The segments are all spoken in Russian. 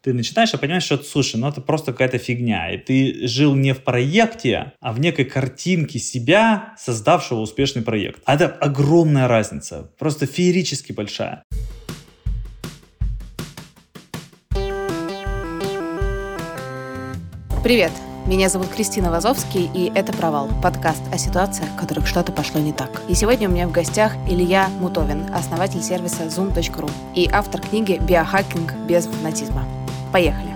ты начинаешь и понимаешь, что, слушай, это просто какая-то фигня. И ты жил не в проекте, а в некой картинке себя, создавшего успешный проект. А это огромная разница, просто феерически большая. Привет, меня зовут Кристина Вазовский, и это «Провал» — подкаст о ситуациях, в которых что-то пошло не так. И сегодня у меня в гостях Илья Мутовин, основатель сервиса Zoom.ru и автор книги «Биохакинг без фанатизма». Поехали!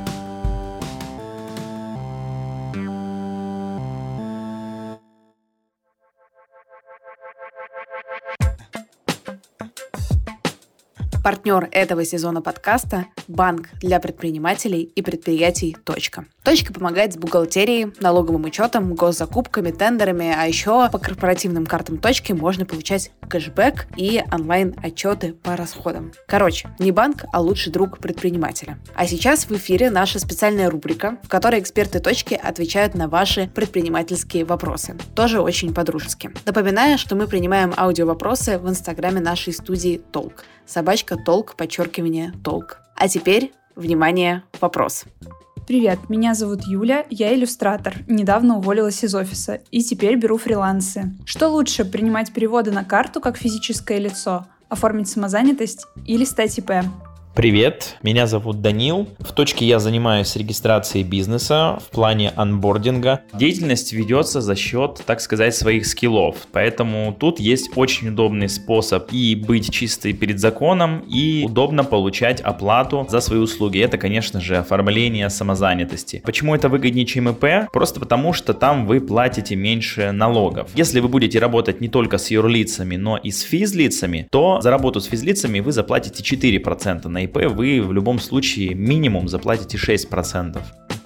Партнер этого сезона подкаста – банк для предпринимателей и предприятий «Точка». «Точка» помогает с бухгалтерией, налоговым учетом, госзакупками, тендерами, а еще по корпоративным картам «Точки» можно получать кэшбэк и онлайн-отчеты по расходам. Короче, не банк, а лучший друг предпринимателя. А сейчас в эфире наша специальная рубрика, в которой эксперты «Точки» отвечают на ваши предпринимательские вопросы. Тоже очень по-дружески. Напоминаю, что мы принимаем аудиовопросы в инстаграме нашей студии «Толк». _толк_толк. А теперь, внимание, вопрос. Привет, меня зовут Юля, я иллюстратор. Недавно уволилась из офиса и теперь беру фрилансы. Что лучше, принимать переводы на карту как физическое лицо, оформить самозанятость или стать ИП? Привет, меня зовут Данил. В «Точке» я занимаюсь регистрацией бизнеса в плане онбординга. Деятельность ведется за счет, так сказать, своих скиллов. Поэтому тут есть очень удобный способ и быть чистой перед законом, и удобно получать оплату за свои услуги. Это, конечно же, оформление самозанятости. Почему это выгоднее, чем ИП? Просто потому, что там вы платите меньше налогов. Если вы будете работать не только с юрлицами, но и с физлицами, то за работу с физлицами вы заплатите 4%, на ИП вы в любом случае минимум заплатите 6%.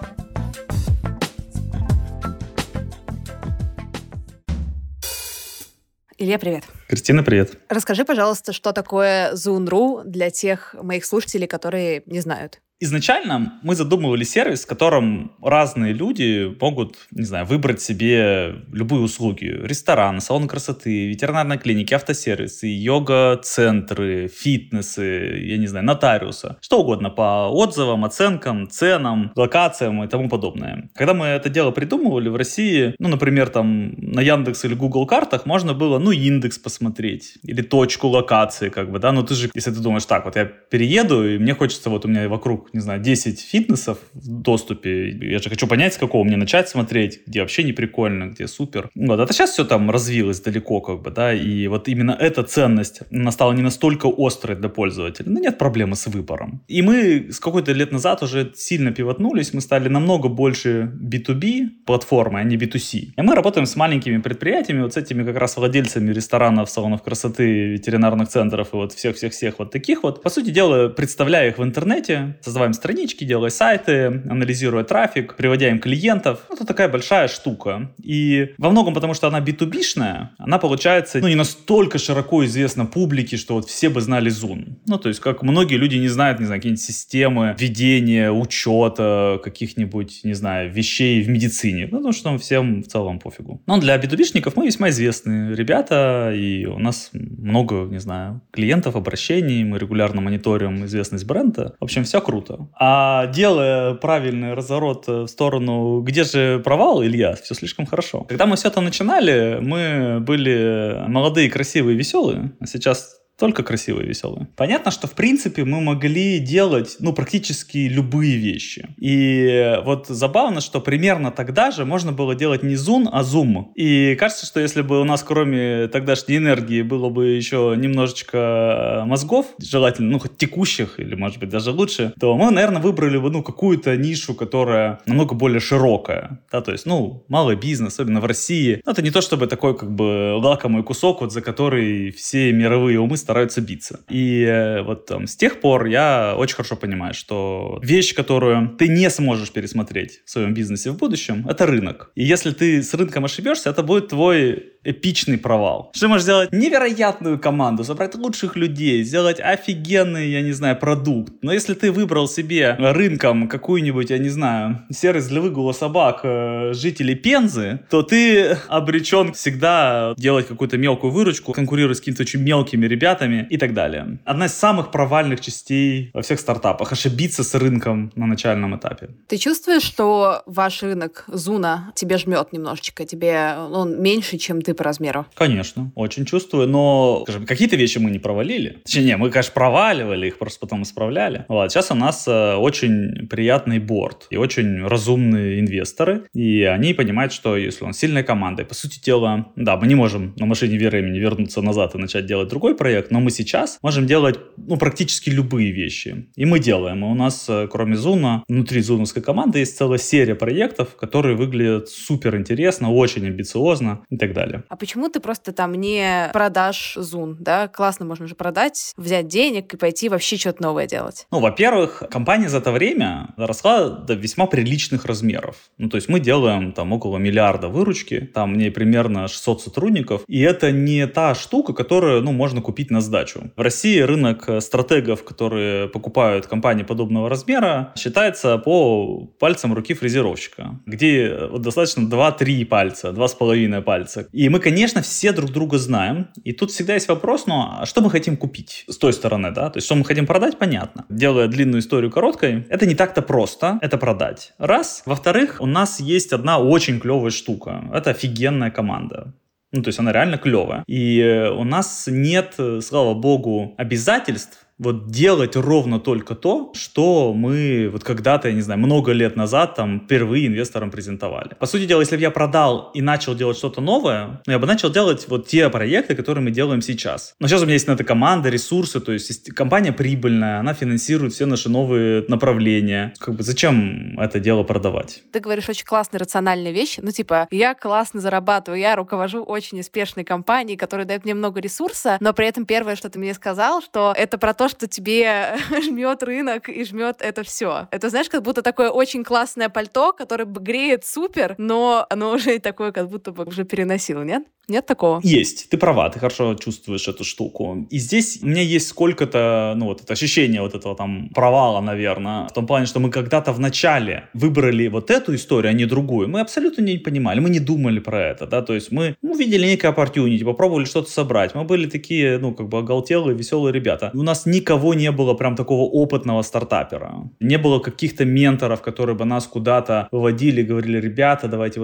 Илья, привет. Кристина, привет. Расскажи, пожалуйста, что такое Zoom.ru для тех моих слушателей, которые не знают. Изначально мы задумывали сервис, в котором разные люди могут, выбрать себе любые услуги. Рестораны, салоны красоты, ветеринарные клиники, автосервисы, йога-центры, фитнесы, нотариуса. Что угодно по отзывам, оценкам, ценам, локациям и тому подобное. Когда мы это дело придумывали в России, например, на Яндекс или Google картах можно было, индекс посмотреть или точку локации, ты же, если ты думаешь, я перееду, и мне хочется, у меня вокруг 10 фитнесов в доступе. Я же хочу понять, с какого мне начать смотреть, где вообще не прикольно, где супер. Это сейчас все там развилось далеко, и именно эта ценность, она стала не настолько острой для пользователя. Нет проблемы с выбором. И мы с какой-то лет назад уже сильно пивотнулись, мы стали намного больше B2B платформы, а не B2C. И мы работаем с маленькими предприятиями, с этими как раз владельцами ресторанов, салонов красоты, ветеринарных центров и всех-всех-всех таких. По сути дела, представляя их в интернете, создаваем странички, делая сайты, анализируя трафик, приводя им клиентов. Это такая большая штука. И во многом потому, что она B2B-шная, она получается не настолько широко известна публике, что все бы знали Zoom. То есть, как многие люди не знают, какие-нибудь системы ведения, учета, каких-нибудь, вещей в медицине. Потому что всем в целом пофигу. Но для B2B-шников мы весьма известные ребята, и у нас много, клиентов, обращений, мы регулярно мониторим известность бренда. В общем, все круто. А делая правильный разворот в сторону, где же провал, Илья, все слишком хорошо. Когда мы все это начинали, мы были молодые, красивые, веселые, а сейчас только красивые и веселые. Понятно, что в принципе мы могли делать практически любые вещи. И забавно, что примерно тогда же можно было делать не Zoom, а Zoom. И кажется, что если бы у нас кроме тогдашней энергии было бы еще немножечко мозгов, желательно, хоть текущих, или может быть даже лучше, то мы, наверное, выбрали бы какую-то нишу, которая намного более широкая. Да, то есть, малый бизнес, особенно в России. Это не то чтобы такой лакомый кусок, за который все мировые умы стараются биться. И с тех пор я очень хорошо понимаю, что вещь, которую ты не сможешь пересмотреть в своем бизнесе в будущем, это рынок. И если ты с рынком ошибешься, это будет твой эпичный провал. Что ты можешь сделать невероятную команду, собрать лучших людей, сделать офигенный, продукт. Но если ты выбрал себе рынком какую-нибудь, сервис для выгула собак жителей Пензы, то ты обречен всегда делать какую-то мелкую выручку, конкурировать с какими-то очень мелкими ребятами, ребятами и так далее. Одна из самых провальных частей во всех стартапах — ошибиться с рынком на начальном этапе. Ты чувствуешь, что ваш рынок Зуна тебе жмет немножечко? Тебе он меньше, чем ты по размеру? Конечно, очень чувствую, но, скажем, какие-то вещи мы не провалили. Точнее, мы, конечно, проваливали их, просто потом исправляли. Вот. Сейчас у нас очень приятный борд и очень разумные инвесторы, и они понимают, что если он сильная команда, и, по сути дела, да, мы не можем на машине времени вернуться назад и начать делать другой проект, но мы сейчас можем делать практически любые вещи. И мы делаем. И у нас, кроме Зуна, внутри зуновской команды есть целая серия проектов, которые выглядят супер интересно, очень амбициозно и так далее. А почему ты просто там не продашь Зун, да? Классно можно же продать, взять денег и пойти вообще что-то новое делать. Во-первых, компания за это время росла до весьма приличных размеров. То есть мы делаем там около миллиарда выручки, там мне примерно 600 сотрудников, и это не та штука, которую, можно купить на сдачу. В России рынок стратегов, которые покупают компании подобного размера, считается по пальцам руки фрезеровщика, где достаточно 2-3 пальца, 2,5 пальца. И мы, конечно, все друг друга знаем, и тут всегда есть вопрос, а что мы хотим купить с той стороны, да? То есть, что мы хотим продать, понятно. Делая длинную историю короткой, это не так-то просто, это продать. Раз. Во-вторых, у нас есть одна очень клевая штука. Это офигенная команда. То есть она реально клевая. И у нас нет, слава богу, обязательств делать ровно только то, что мы когда-то, я не знаю, много лет назад впервые инвесторам презентовали. По сути дела, если бы я продал и начал делать что-то новое, я бы начал делать те проекты, которые мы делаем сейчас. Но сейчас у меня есть на это команда, ресурсы, то есть компания прибыльная, она финансирует все наши новые направления. Зачем это дело продавать? Ты говоришь очень классные, рациональные вещи. Я классно зарабатываю, я руковожу очень успешной компанией, которая дает мне много ресурса, но при этом первое, что ты мне сказал, что это про то, что тебе жмет рынок и жмет это все. Это, знаешь, как будто такое очень классное пальто, которое греет супер, но оно уже такое, как будто бы уже переносило, нет? Нет такого? Есть. Ты права, ты хорошо чувствуешь эту штуку. И здесь у меня есть сколько-то, это ощущение этого провала, наверное, в том плане, что мы когда-то в начале выбрали эту историю, а не другую. Мы абсолютно не понимали, мы не думали про это, да, то есть мы увидели некое opportunity, попробовали что-то собрать. Мы были такие, оголтелые, веселые ребята. У нас никого не было прям такого опытного стартапера. Не было каких-то менторов, которые бы нас куда-то выводили, говорили: ребята, давайте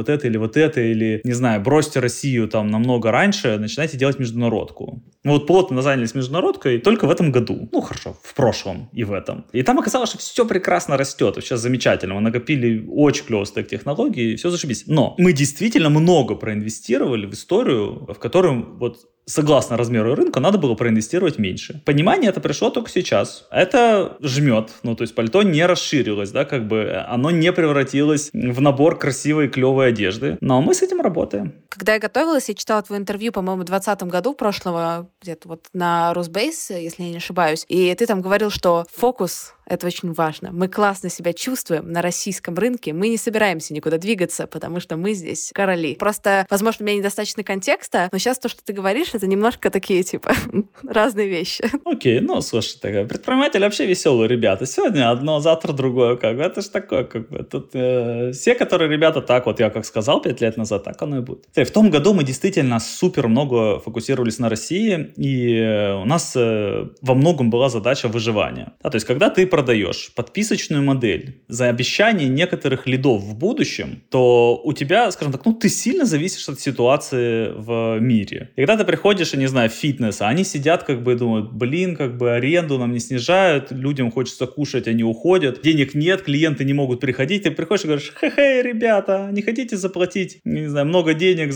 или, не знаю, бросьте Россию намного раньше, начинайте делать международку. Мы плотно занялись международкой только в этом году. Хорошо, в прошлом и в этом. И там оказалось, что все прекрасно растет. Сейчас замечательно. Мы накопили очень клевый стек технологий, все зашибись. Но мы действительно много проинвестировали в историю, в которую согласно размеру рынка, надо было проинвестировать меньше. Понимание это пришло только сейчас. Это жмет. То есть пальто не расширилось, да, оно не превратилось в набор красивой, клевой одежды. Но мы с этим работаем. Когда я готовилась, я читала твое интервью, по-моему, в 2020 году, прошлого, где-то на Росбейс, если я не ошибаюсь. И ты там говорил, что фокус — это очень важно. Мы классно себя чувствуем на российском рынке, мы не собираемся никуда двигаться, потому что мы здесь короли. Просто, возможно, у меня недостаточно контекста, но сейчас то, что ты говоришь, это немножко такие, разные вещи. Окей, слушай, предприниматели вообще веселые ребята. Сегодня одно, завтра другое, это же такое, Тут все, которые ребята я как сказал 5 лет назад, так оно и будет. В том году мы действительно супер много фокусировались на России, и у нас во многом была задача выживания. То есть, когда ты продаешь подписочную модель за обещание некоторых лидов в будущем, то у тебя, скажем так, ты сильно зависишь от ситуации в мире. И когда ты приходишь, я не знаю, в фитнес, они сидят, думают: аренду нам не снижают, людям хочется кушать, они уходят, денег нет, клиенты не могут приходить. Ты приходишь и говоришь: хе-хе, ребята, не хотите заплатить, не знаю, много денег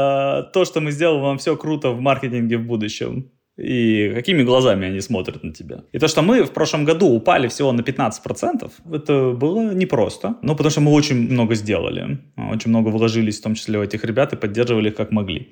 за то, что мы сделали вам все круто в маркетинге в будущем? И какими глазами они смотрят на тебя. И то, что мы в прошлом году упали всего на 15%, это было непросто. Потому что мы очень много сделали. Очень много вложились, в том числе в этих ребят, и поддерживали их как могли.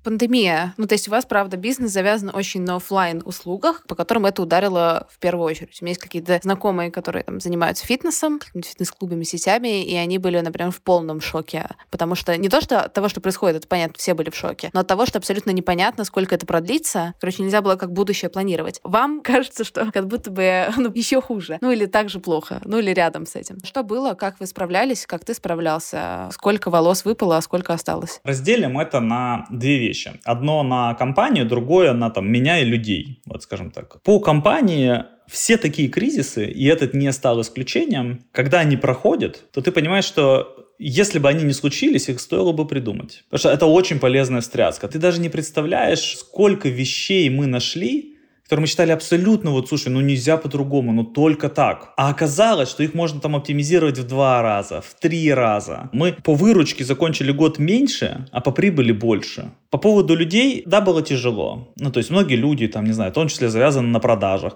Пандемия. То есть у вас, правда, бизнес завязан очень на офлайн-услугах, по которым это ударило в первую очередь. У меня есть какие-то знакомые, которые там занимаются фитнесом, какими-то фитнес-клубами, сетями, и они были, например, в полном шоке. Потому что не то, что от того, что происходит, это понятно, все были в шоке, но от того, что абсолютно непонятно, сколько это продлится. Короче, нельзя было как будущее планировать. Вам кажется, что как будто бы еще хуже. Или так же плохо. Или рядом с этим. Что было? Как вы справлялись? Как ты справлялся? Сколько волос выпало, а сколько осталось? Разделим это на две вещи. Одно на компанию, другое на меня и людей. Скажем так. По компании все такие кризисы, и этот не стал исключением, когда они проходят, то ты понимаешь, что если бы они не случились, их стоило бы придумать. Потому что это очень полезная встряска. Ты даже не представляешь, сколько вещей мы нашли, которые мы считали абсолютно, слушай, нельзя по-другому, только так. А оказалось, что их можно оптимизировать в 2 раза, в 3 раза. Мы по выручке закончили год меньше, а по прибыли больше. По поводу людей, да, было тяжело. То есть многие люди, в том числе завязаны на продажах,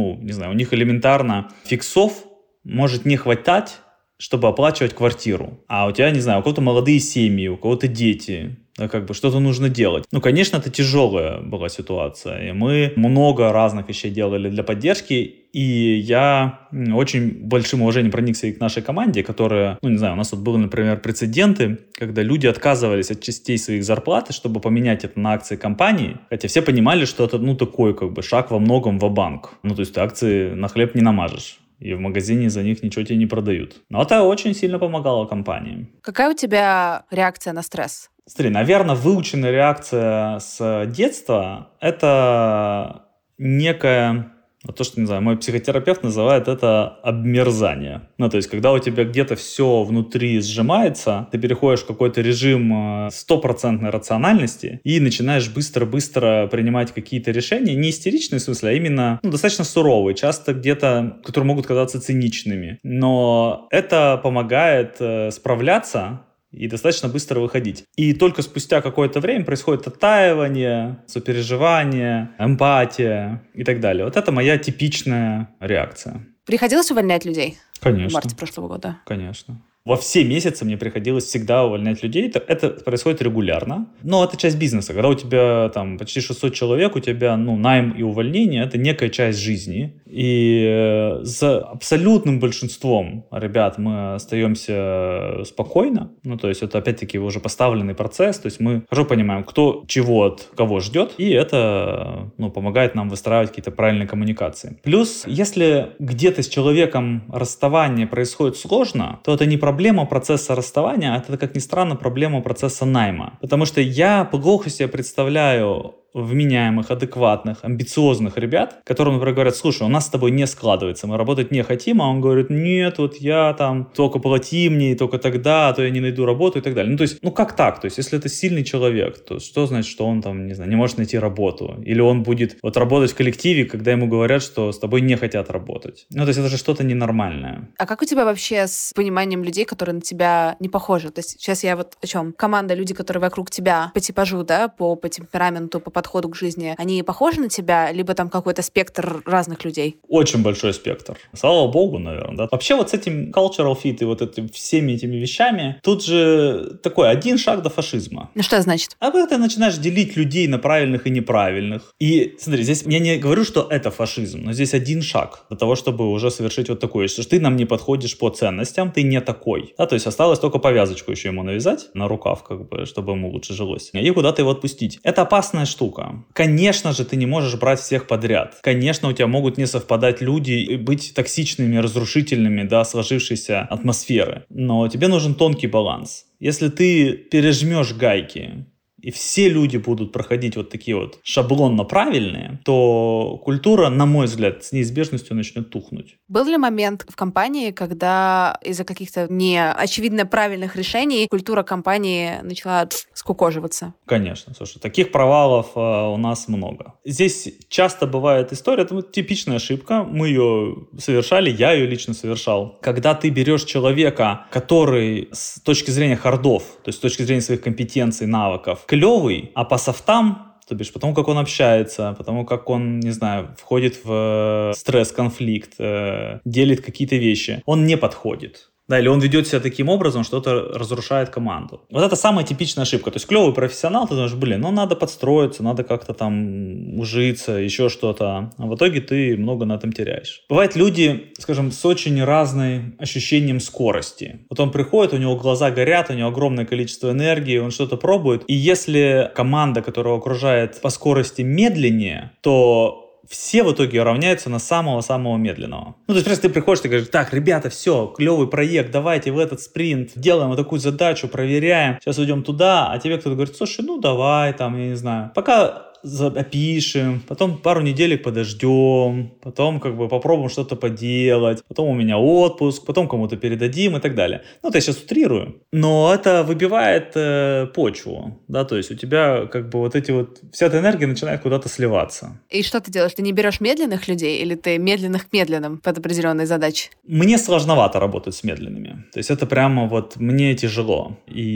у них элементарно фиксов может не хватать, чтобы оплачивать квартиру. А у тебя, у кого-то молодые семьи, у кого-то дети. Что-то нужно делать. Конечно, это тяжелая была ситуация. И мы много разных вещей делали для поддержки. И я очень большим уважением проникся и к нашей команде, которая, у нас были, например, прецеденты, когда люди отказывались от частей своих зарплаты, чтобы поменять это на акции компании. Хотя все понимали, что это, такой, шаг во многом ва-банк. То есть ты акции на хлеб не намажешь. И в магазине за них ничего тебе не продают. Но это очень сильно помогало компании. Какая у тебя реакция на стресс? Смотри, наверное, выученная реакция с детства – это некая, то, что, мой психотерапевт называет это обмерзание. То есть, когда у тебя где-то все внутри сжимается, ты переходишь в какой-то режим стопроцентной рациональности и начинаешь быстро-быстро принимать какие-то решения, не истеричные в смысле, а именно достаточно суровые, часто где-то, которые могут казаться циничными. Но это помогает справляться и достаточно быстро выходить. И только спустя какое-то время происходит оттаивание, сопереживание, эмпатия и так далее. Это моя типичная реакция. Приходилось увольнять людей? Конечно. В марте прошлого года? Конечно. Во все месяцы мне приходилось всегда увольнять людей. Это происходит регулярно. Но это часть бизнеса. Когда у тебя почти 600 человек, у тебя найм и увольнение – это некая часть жизни. И с абсолютным большинством ребят мы остаемся спокойно. То есть это опять-таки уже поставленный процесс. То есть мы хорошо понимаем, кто чего от кого ждет. И это помогает нам выстраивать какие-то правильные коммуникации. Плюс, если где-то с человеком расставание происходит сложно, то это не проблема процесса расставания, а это, как ни странно, проблема процесса найма. Потому что я плохо себе представляю вменяемых, адекватных, амбициозных ребят, которым, например, говорят: слушай, у нас с тобой не складывается, мы работать не хотим, а он говорит: нет, я только плати мне, только тогда, а то я не найду работу и так далее. То есть, как так? То есть, если это сильный человек, то что значит, что он не может найти работу? Или он будет работать в коллективе, когда ему говорят, что с тобой не хотят работать? То есть, это же что-то ненормальное. А как у тебя вообще с пониманием людей, которые на тебя не похожи? То есть, сейчас я о чем? Команда, люди, которые вокруг тебя по типажу, да, по темпераменту, по подходу к жизни, они похожи на тебя, либо там какой-то спектр разных людей? Очень большой спектр. Слава богу, наверное, да. Вообще с этим cultural fit и всеми этими вещами, тут же такой один шаг до фашизма. Что это значит? А когда ты начинаешь делить людей на правильных и неправильных. И смотри, здесь я не говорю, что это фашизм, но здесь один шаг до того, чтобы уже совершить такое, что ты нам не подходишь по ценностям, ты не такой. Да, то есть осталось только повязочку еще ему навязать на рукав, чтобы ему лучше жилось. И куда-то его отпустить. Это опасная штука. Конечно же, ты не можешь брать всех подряд. Конечно, у тебя могут не совпадать люди и быть токсичными, разрушительными, да, сложившейся атмосферы. Но тебе нужен тонкий баланс. Если ты пережмешь гайки, и все люди будут проходить такие шаблонно правильные, то культура, на мой взгляд, с неизбежностью начнет тухнуть. Был ли момент в компании, когда из-за каких-то не очевидно правильных решений культура компании начала скукоживаться? Конечно. Слушай, таких провалов у нас много. Здесь часто бывает история, это типичная ошибка, мы ее совершали, я ее лично совершал. Когда ты берешь человека, который с точки зрения хардов, то есть с точки зрения своих компетенций, навыков, клевый, а по софтам, то бишь потому, как он общается, потому, как он, не знаю, входит в стресс, конфликт, делит какие-то вещи, он не подходит. Да, или он ведет себя таким образом, что это разрушает команду. Вот это самая типичная ошибка. То есть клевый профессионал, ты думаешь, надо подстроиться, надо как-то там ужиться, еще что-то. А в итоге ты много на этом теряешь. Бывают люди, скажем, с очень разным ощущением скорости. Вот он приходит, у него глаза горят, у него огромное количество энергии, он что-то пробует. И если команда, которая окружает, по скорости медленнее, то все в итоге равняются на самого-самого медленного. То есть, просто ты приходишь, ты говоришь, так, ребята, все, клевый проект, давайте в этот спринт делаем вот такую задачу, проверяем, сейчас уйдем туда, а тебе кто-то говорит, слушай, давай, там, я не знаю, пока опишем, потом пару неделек подождем, потом попробуем что-то поделать, потом у меня отпуск, потом кому-то передадим и так далее. Это я сейчас утрирую, но это выбивает почву, да, то есть у тебя вся эта энергия начинает куда-то сливаться. И что ты делаешь? Ты не берешь медленных людей или ты медленных к медленным под определенные задачи? Мне сложновато работать с медленными, то есть это прямо мне тяжело,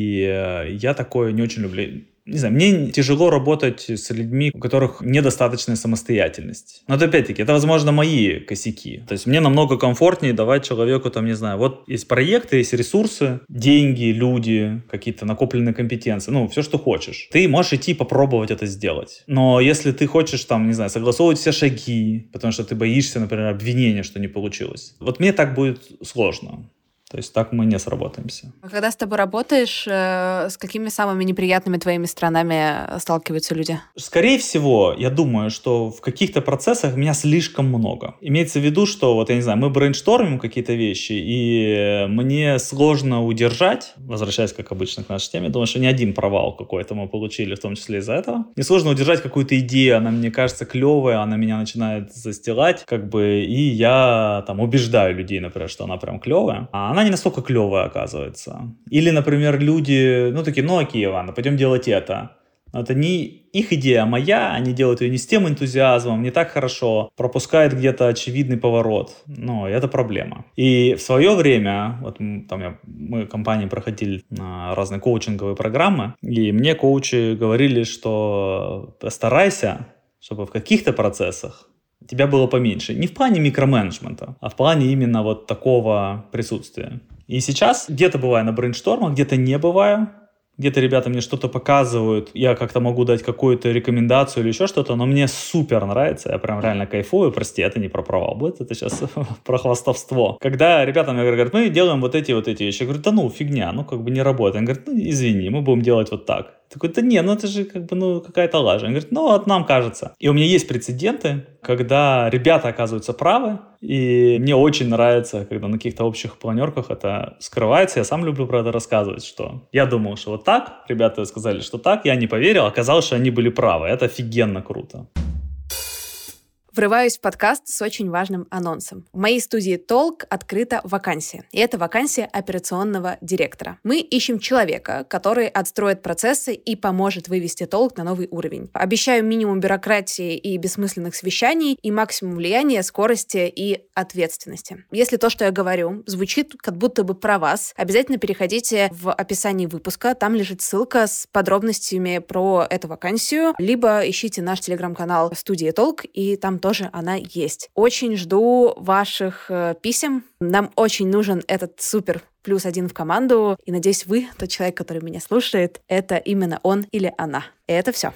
и я такое не очень люблю. Не знаю, мне тяжело работать с людьми, у которых недостаточная самостоятельность. Но это опять-таки, это, возможно, мои косяки. То есть мне намного комфортнее давать человеку, есть проекты, есть ресурсы, деньги, люди, какие-то накопленные компетенции, все, что хочешь. Ты можешь идти попробовать это сделать. Но если ты хочешь, согласовывать все шаги, потому что ты боишься, например, обвинения, что не получилось. Мне так будет сложно. То есть так мы не сработаемся. А когда с тобой работаешь, с какими самыми неприятными твоими сторонами сталкиваются люди? Скорее всего, я думаю, что в каких-то процессах меня слишком много. Имеется в виду, что, мы брейнштормим какие-то вещи, и мне сложно удержать, возвращаясь, как обычно, к нашей теме, думаю, что не один провал какой-то мы получили, в том числе из-за этого. Мне сложно удержать какую-то идею, она мне кажется клевая, она меня начинает застилать, и я убеждаю людей, например, что она прям клевая, а она не настолько клевая, оказывается. Или, например, люди, такие, окей, ладно, пойдем делать это. Но это не их идея, а моя, они делают ее не с тем энтузиазмом, не так хорошо, пропускают где-то очевидный поворот. Это проблема. И в свое время, мы в компании проходили разные коучинговые программы, и мне коучи говорили, что постарайся, чтобы в каких-то процессах тебя было поменьше. Не в плане микроменеджмента, а в плане именно такого присутствия. И сейчас где-то бываю на брейнштормах, где-то не бываю. Где-то ребята мне что-то показывают, я как-то могу дать какую-то рекомендацию или еще что-то, но мне супер нравится, я прям реально кайфую. Прости, это не про провал будет, это сейчас про хвастовство. Когда ребята мне говорят, мы делаем вот эти вещи, я говорю, фигня, не работает. Они говорят, извини, мы будем делать вот так. Такой, это же какая-то лажа. Они говорят, нам кажется. И у меня есть прецеденты, когда ребята оказываются правы, и мне очень нравится, когда на каких-то общих планерках это скрывается. Я сам люблю про это рассказывать, что я думал, что вот так, ребята сказали, что так, я не поверил, оказалось, что они были правы. Это офигенно круто. Врываюсь в подкаст с очень важным анонсом. В моей студии Толк открыта вакансия. И это вакансия операционного директора. Мы ищем человека, который отстроит процессы и поможет вывести Толк на новый уровень. Обещаю минимум бюрократии и бессмысленных совещаний, и максимум влияния, скорости и ответственности. Если то, что я говорю, звучит как будто бы про вас, обязательно переходите в описание выпуска. Там лежит ссылка с подробностями про эту вакансию. Либо ищите наш телеграм-канал студии Толк, и там тоже она есть. Очень жду ваших писем. Нам очень нужен этот супер +1 в команду. И надеюсь, вы, тот человек, который меня слушает, это именно он или она. И это все.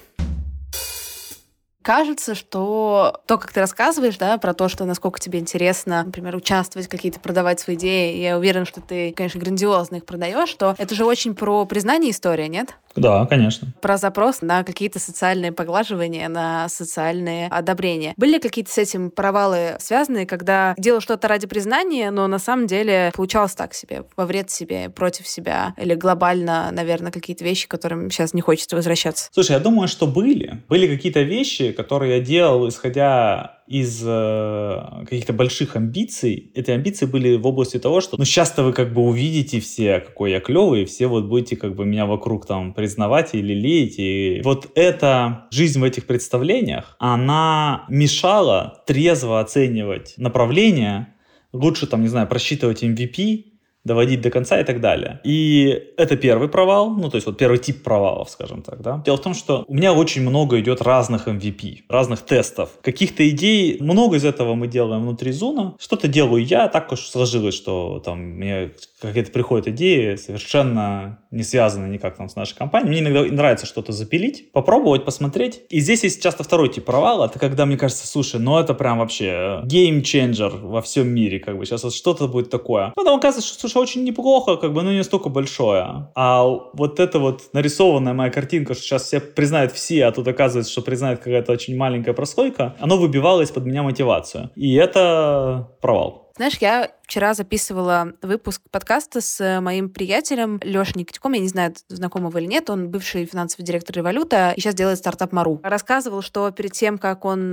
Кажется, что то, как ты рассказываешь, про то, что насколько тебе интересно, например, участвовать, какие-то продавать свои идеи, я уверена, что ты, конечно, грандиозно их продаешь, что это же очень про признание история, нет? Да, конечно. Про запрос на какие-то социальные поглаживания, на социальные одобрения. Были ли какие-то с этим провалы связанные, когда делал что-то ради признания, но на самом деле получалось так себе, во вред себе, против себя, или глобально, наверное, какие-то вещи, к которым сейчас не хочется возвращаться? Слушай, я думаю, что были какие-то вещи, которые я делал, исходя из каких-то больших амбиций. Эти амбиции были в области того, что сейчас-то вы увидите все, какой я клевый, и все будете меня вокруг признавать или лелеять. И вот эта жизнь в этих представлениях, она мешала трезво оценивать направление, лучше просчитывать MVP, доводить до конца и так далее. И это первый провал, то есть первый тип провалов, скажем так, да. Дело в том, что у меня очень много идет разных MVP, разных тестов. Каких-то идей, много из этого мы делаем внутри Зуна. Что-то делаю я, так уж сложилось, что мне какие-то приходят идеи, совершенно не связанные никак там с нашей компанией. Мне иногда нравится что-то запилить, попробовать, посмотреть. И здесь есть часто второй тип провала. Это когда, мне кажется, слушай, ну это прям вообще геймченджер во всем мире. Как бы сейчас вот что-то будет такое. Потом оказывается, что слушай, очень неплохо, как бы, но не настолько большое. А вот эта вот нарисованная моя картинка, что сейчас все признают все, а тут оказывается, что признает какая-то очень маленькая прослойка, оно выбивало из-под меня мотивацию. И это провал. Знаешь, я вчера записывала выпуск подкаста с моим приятелем Лешей Никитюком. Я не знаю, знакомый вы или нет. Он бывший финансовый директор Революта и сейчас делает стартап Мару. Рассказывал, что перед тем, как он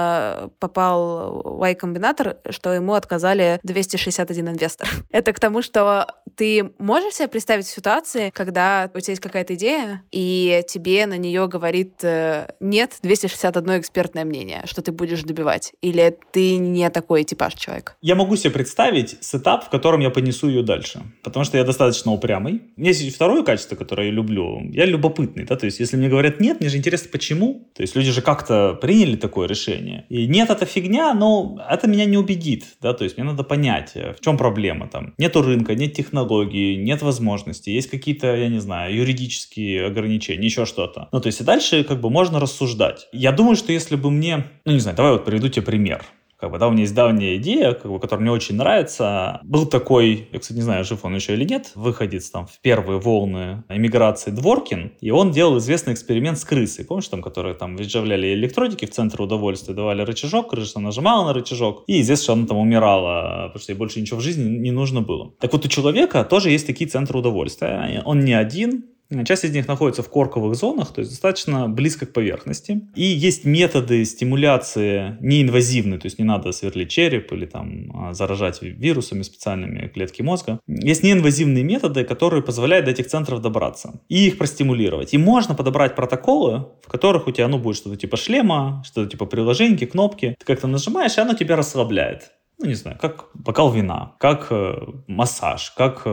попал в Y-комбинатор, что ему отказали 261 инвестор. Это к тому, что ты можешь себе представить ситуации, когда у тебя есть какая-то идея, и тебе на нее говорит нет 261 экспертное мнение, что ты будешь добивать? Или ты не такой типаж человек? Я могу себе представить сетап, в котором я понесу ее дальше. Потому что я достаточно упрямый. У меня есть второе качество, которое я люблю. Я любопытный. Да? То есть, если мне говорят нет, мне же интересно, почему. То есть, люди же как-то приняли такое решение. И нет, это фигня, но это меня не убедит. Да? То есть, мне надо понять, в чем проблема. Там нету рынка, нет технологий, нет возможностей. Есть какие-то, я не знаю, юридические ограничения, еще что-то. Ну, то есть, и дальше как бы можно рассуждать. Я думаю, что если бы мне... Ну, не знаю, давай вот приведу тебе пример. Как бы, да, у меня есть давняя идея, как бы, которая мне очень нравится. Был такой, я, кстати, не знаю, жив он еще или нет, выходец там в первые волны эмиграции Дворкин, и он делал известный эксперимент с крысой. Помнишь, там, которые там вживляли электродики в центр удовольствия, давали рычажок, крыса нажимала на рычажок, и известно, что она там умирала, потому что ей больше ничего в жизни не нужно было. Так вот, у человека тоже есть такие центры удовольствия. Он не один. Часть из них находится в корковых зонах, то есть достаточно близко к поверхности. И есть методы стимуляции неинвазивные, то есть не надо сверлить череп или там заражать вирусами специальными клетки мозга. Есть неинвазивные методы, которые позволяют до этих центров добраться и их простимулировать. И можно подобрать протоколы, в которых у тебя будет что-то типа шлема, что-то типа приложеньки, кнопки. Ты как-то нажимаешь, и оно тебя расслабляет. Ну, не знаю, как бокал вина, как массаж, как,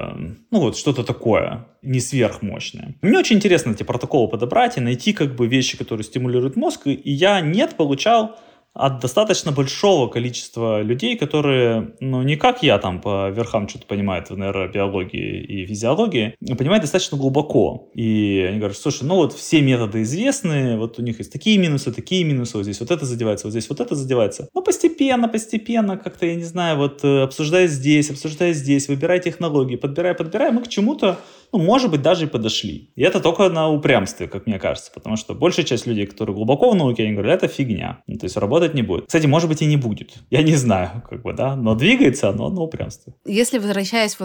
вот что-то такое, не сверхмощное. Мне очень интересно эти протоколы подобрать и найти как бы вещи, которые стимулируют мозг, и я получал от достаточно большого количества людей, которые, не как я там по верхам что-то понимают в нейробиологии и физиологии, понимают достаточно глубоко. И они говорят, слушай, вот все методы известны, вот у них есть такие минусы, вот здесь вот это задевается, вот здесь вот это задевается. Но постепенно, как-то, я не знаю, вот обсуждая здесь, выбирая технологии, подбирая, мы к чему-то, может быть, даже и подошли. И это только на упрямстве, как мне кажется, потому что большая часть людей, которые глубоко в науке, они говорят, это фигня. То есть работать не будет. Кстати, может быть, и не будет. Я не знаю, но двигается оно на упрямстве. Если возвращаясь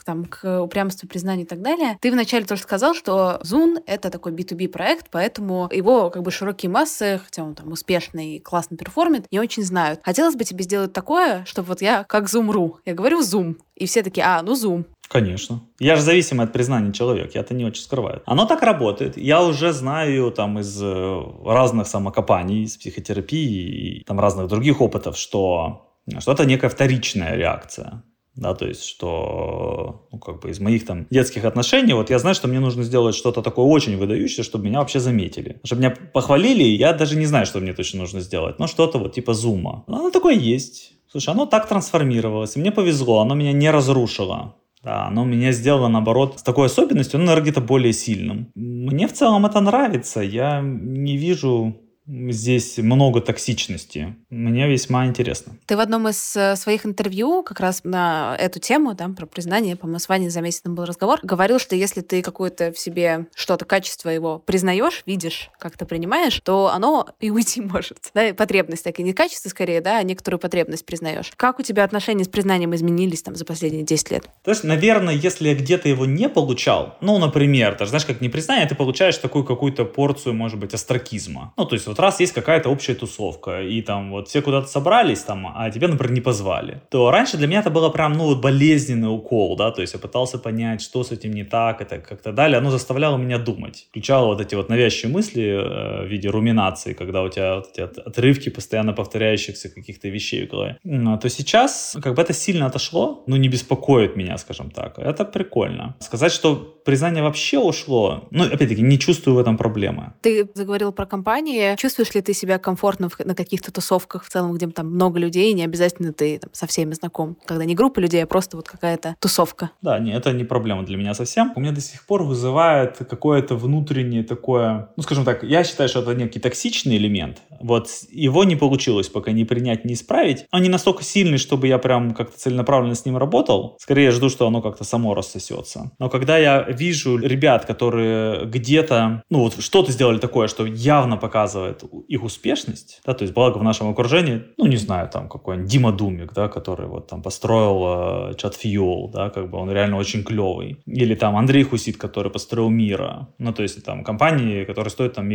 к упрямству, признанию и так далее, ты вначале тоже сказал, что Zoom — это такой B2B проект, поэтому его широкие массы, хотя он там успешный и классно перформит, не очень знают. Хотелось бы тебе сделать такое, чтобы я как Zoom.ru, я говорю Zoom, и все такие, Zoom. Конечно. Я же зависимый от признания человека, я это не очень скрываю. Оно так работает. Я уже знаю из разных самокопаний, из психотерапии и разных других опытов, что это некая вторичная реакция. Да, то есть, что из моих детских отношений, я знаю, что мне нужно сделать что-то такое очень выдающееся, чтобы меня вообще заметили. Чтобы меня похвалили, я даже не знаю, что мне точно нужно сделать, но что-то типа зума. Оно такое есть. Слушай, оно так трансформировалось, и мне повезло, оно меня не разрушило. Да, оно меня сделало, наоборот, с такой особенностью, наверное, где-то более сильным. Мне в целом это нравится, я не вижу здесь много токсичности. Мне весьма интересно. Ты в одном из своих интервью как раз на эту тему, про признание, по-моему, с Ваней за месяц был разговор, говорил, что если ты какое-то в себе что-то, качество его признаешь, видишь, как-то принимаешь, то оно и уйти может. Да, и потребность, так и не качество скорее, а некоторую потребность признаешь. Как у тебя отношения с признанием изменились за последние 10 лет? То есть, наверное, если я где-то его не получал, например, ты знаешь, как непризнание, ты получаешь такую какую-то порцию, может быть, остракизма. То есть, раз есть какая-то общая тусовка, и все куда-то собрались, а тебя, например, не позвали, то раньше для меня это было прям, болезненный укол, да, то есть я пытался понять, что с этим не так, это как-то далее, оно заставляло меня думать, включало эти навязчивые мысли в виде руминации, когда у тебя эти отрывки постоянно повторяющихся каких-то вещей в голове. То сейчас это сильно отошло, не беспокоит меня, скажем так, это прикольно. Сказать, что признание вообще ушло, ну, опять-таки, не чувствую в этом проблемы. Ты заговорил про компании. Чувствуешь ли ты себя комфортно на каких-то тусовках в целом, где там много людей, не обязательно ты там со всеми знаком? Когда не группа людей, а просто вот какая-то тусовка. Да, нет, это не проблема для меня совсем. У меня до сих пор вызывает какое-то внутреннее такое, ну, скажем так, я считаю, что это некий токсичный элемент. Вот его не получилось пока не принять, не исправить. Он не настолько сильный, чтобы я прям как-то целенаправленно с ним работал. Скорее, я жду, что оно как-то само рассосется. Но когда я вижу ребят, которые где-то, ну, вот что-то сделали такое, что явно показывает их успешность, да, то есть, благо в нашем окружении, ну, не знаю, там, какой-нибудь Дима Думик, да, который вот там построил ChatFuel, да, как бы он реально очень клевый. Или там Андрей Хусит, который построил Мира. Ну, то есть, там, компании, которые стоят там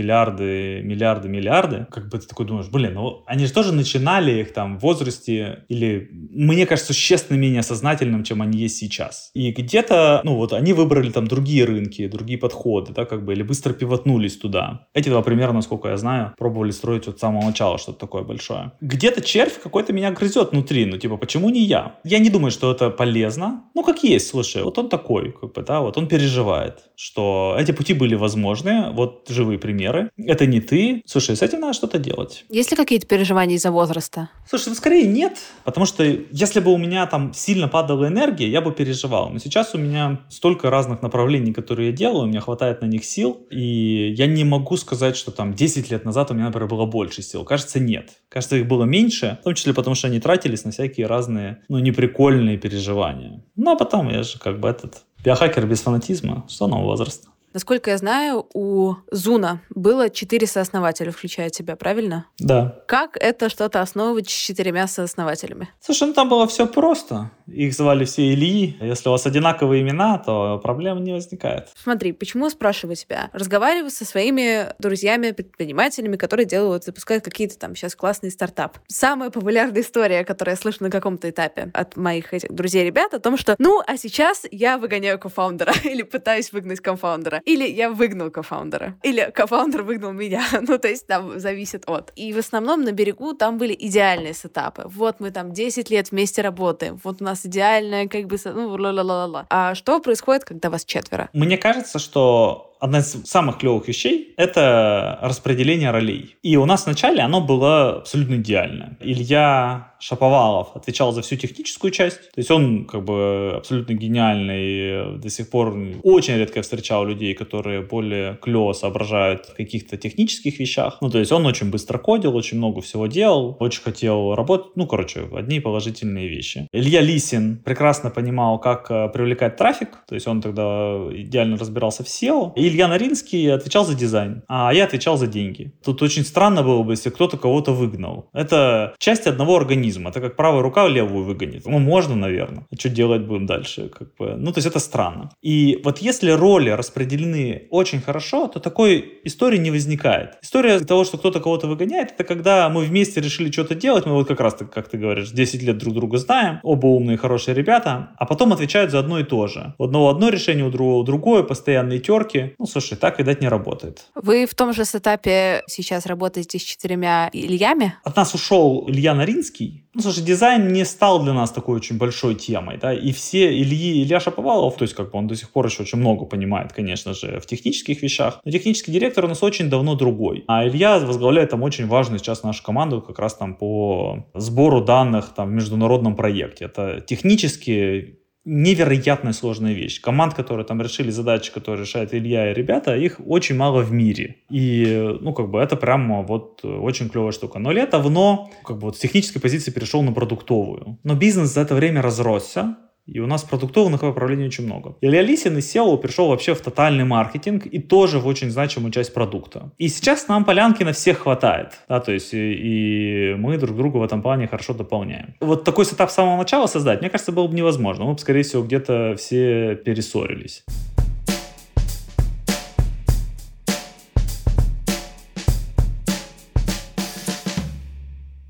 миллиарды, как бы ты такой думаешь, блин, ну, они же тоже начинали их там в возрасте, или, мне кажется, существенно менее сознательным, чем они есть сейчас. И где-то, ну, вот они выбрали там другие рынки, другие подходы, да, как бы, или быстро пивотнулись туда. Эти два примера, насколько я знаю, пробовали строить вот с самого начала что-то такое большое. Где-то червь какой-то меня грызет внутри, ну, типа, почему не я? Я не думаю, что это полезно. Ну, как есть, слушай, вот он такой, как бы, да, вот он переживает, что эти пути были возможны, вот живые примеры. Это не ты. Слушай, с этим надо что-то делать. Есть ли какие-то переживания из-за возраста? Слушай, ну, скорее нет, потому что если бы у меня там сильно падала энергия, я бы переживал. Но сейчас у меня столько разных направлений, которые я делаю, у меня хватает на них сил, и я не могу сказать, что там 10 лет назад у меня, например, было больше сил. Кажется, нет. Кажется, их было меньше, в том числе потому, что они тратились на всякие разные, ну, неприкольные переживания. Ну, а потом я же как бы биохакер без фанатизма, что нового возраста. Насколько я знаю, у Зуна было 4 сооснователя, включая тебя, правильно? Да. Как это что-то основывать с 4 сооснователями? Слушай, ну там было все просто. Их звали все Ильи. Если у вас одинаковые имена, то проблем не возникает. Смотри, почему спрашиваю тебя? Разговариваю со своими друзьями-предпринимателями, которые запускают какие-то там сейчас классные стартапы. Самая популярная история, которую я слышу на каком-то этапе от моих этих друзей-ребят, о том, что а сейчас я выгоняю кофаундера или пытаюсь выгнать кофаундера. Или я выгнал кофаундера. Или кофаундер выгнал меня. Ну, то есть там зависит от. И в основном на берегу там были идеальные сетапы. Вот мы там 10 лет вместе работаем. Вот у нас идеальная ла-ла-ла-ла-ла. А что происходит, когда вас 4? Мне кажется, что одна из самых клевых вещей — это распределение ролей. И у нас вначале оно было абсолютно идеально. Илья Шаповалов отвечал за всю техническую часть. То есть он как бы абсолютно гениальный. До сих пор очень редко встречал людей, которые более клево соображают в каких-то технических вещах. Ну, то есть он очень быстро кодил, очень много всего делал, очень хотел работать. Ну, короче, одни положительные вещи. Илья Лисин прекрасно понимал, как привлекать трафик. То есть он тогда идеально разбирался в SEO. Илья Наринский отвечал за дизайн, а я отвечал за деньги. Тут очень странно было бы, если кто-то кого-то выгнал. Это часть одного организма. Это как правая рука левую выгонит. Ну, можно, наверное. А что делать будем дальше? Ну, то есть это странно. И вот если роли распределены очень хорошо, то такой истории не возникает. История того, что кто-то кого-то выгоняет, это когда мы вместе решили что-то делать, мы вот как раз, как ты говоришь, 10 лет друг друга знаем, оба умные, хорошие ребята, а потом отвечают за одно и то же. У одного одно решение, у другого другое, постоянные терки. Ну, слушай, так, видать, не работает. Вы в том же сетапе сейчас работаете с 4 Ильями? От нас ушел Илья Наринский. Ну, слушай, дизайн не стал для нас такой очень большой темой, да, и все Илья Шаповалов, то есть, как бы он до сих пор еще очень много понимает, конечно же, в технических вещах, но технический директор у нас очень давно другой. А Илья возглавляет там очень важную сейчас нашу команду как раз там по сбору данных там в международном проекте. Это технически невероятно сложная вещь. Команд, которые там решили задачи, которые решают Илья и ребята, их очень мало в мире. И, ну, как бы это прямо вот очень клевая штука. Но Илья давно, как бы вот с технической позиции перешел на продуктовую. Но бизнес за это время разросся. И у нас продуктовых направлений очень много. Илья Лисин из SEO перешел вообще в тотальный маркетинг и тоже в очень значимую часть продукта. И сейчас нам полянки на всех хватает. Да, то есть и мы друг друга в этом плане хорошо дополняем. Вот такой сетап с самого начала создать, мне кажется, было бы невозможно. Мы бы, скорее всего, где-то все перессорились.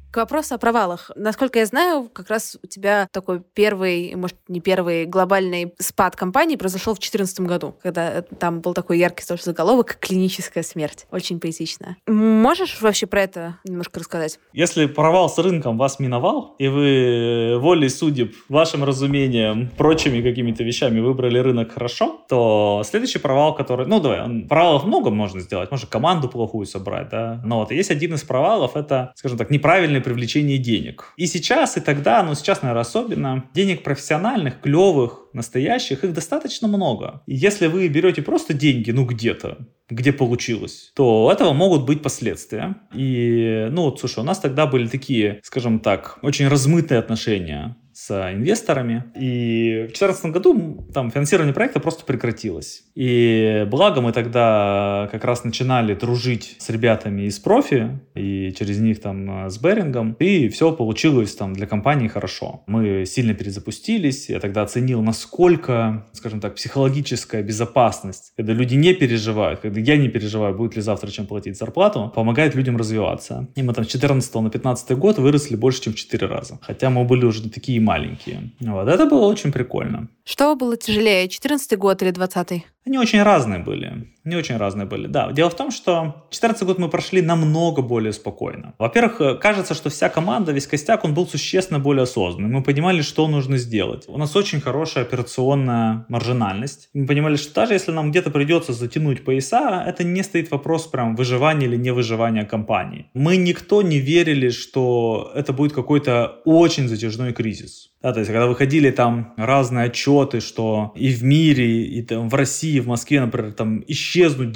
К вопросу о провалах. Насколько я знаю, как раз у тебя такой первый, может, не первый, глобальный спад компании произошел в 2014 году, когда там был такой яркий заголовок «Клиническая смерть». Очень поэтично. Можешь вообще про это немножко рассказать? Если провал с рынком вас миновал, и вы волей судеб, вашим разумением, прочими какими-то вещами выбрали рынок хорошо, то следующий провал, который... провалов много можно сделать. Можно команду плохую собрать, да. Но вот есть один из провалов, это, скажем так, неправильное привлечение денег. И сейчас, и тогда, сейчас, наверное, особенно, денег профессиональных, клевых, настоящих, их достаточно много. И если вы берете просто деньги, где-то, где получилось, то у этого могут быть последствия. И, слушай, у нас тогда были такие, скажем так, очень размытые отношения с инвесторами. И в 2014 году там финансирование проекта просто прекратилось. И благо мы тогда как раз начинали дружить с ребятами из профи, и через них там с Берингом, и все получилось там для компании хорошо. Мы сильно перезапустились, я тогда оценил, насколько, скажем так, психологическая безопасность, когда люди не переживают, когда я не переживаю, будет ли завтра чем платить зарплату, помогает людям развиваться. И мы там с 2014 на 2015 год выросли больше, чем в 4 раза. Хотя мы были уже не такие маленькие. Это было очень прикольно. Что было тяжелее, 14-й год или 20-й? Они очень разные были. Да. Дело в том, что 2014 год мы прошли намного более спокойно. Во-первых, кажется, что вся команда, весь костяк, он был существенно более осознанный. Мы понимали, что нужно сделать. У нас очень хорошая операционная маржинальность. Мы понимали, что даже если нам где-то придется затянуть пояса, это не стоит вопрос прям выживания или невыживания компании. Мы никто не верили, что это будет какой-то очень затяжной кризис. Да, то есть, когда выходили там разные отчеты, что и в мире, и там в России, в Москве, например, там исчезнут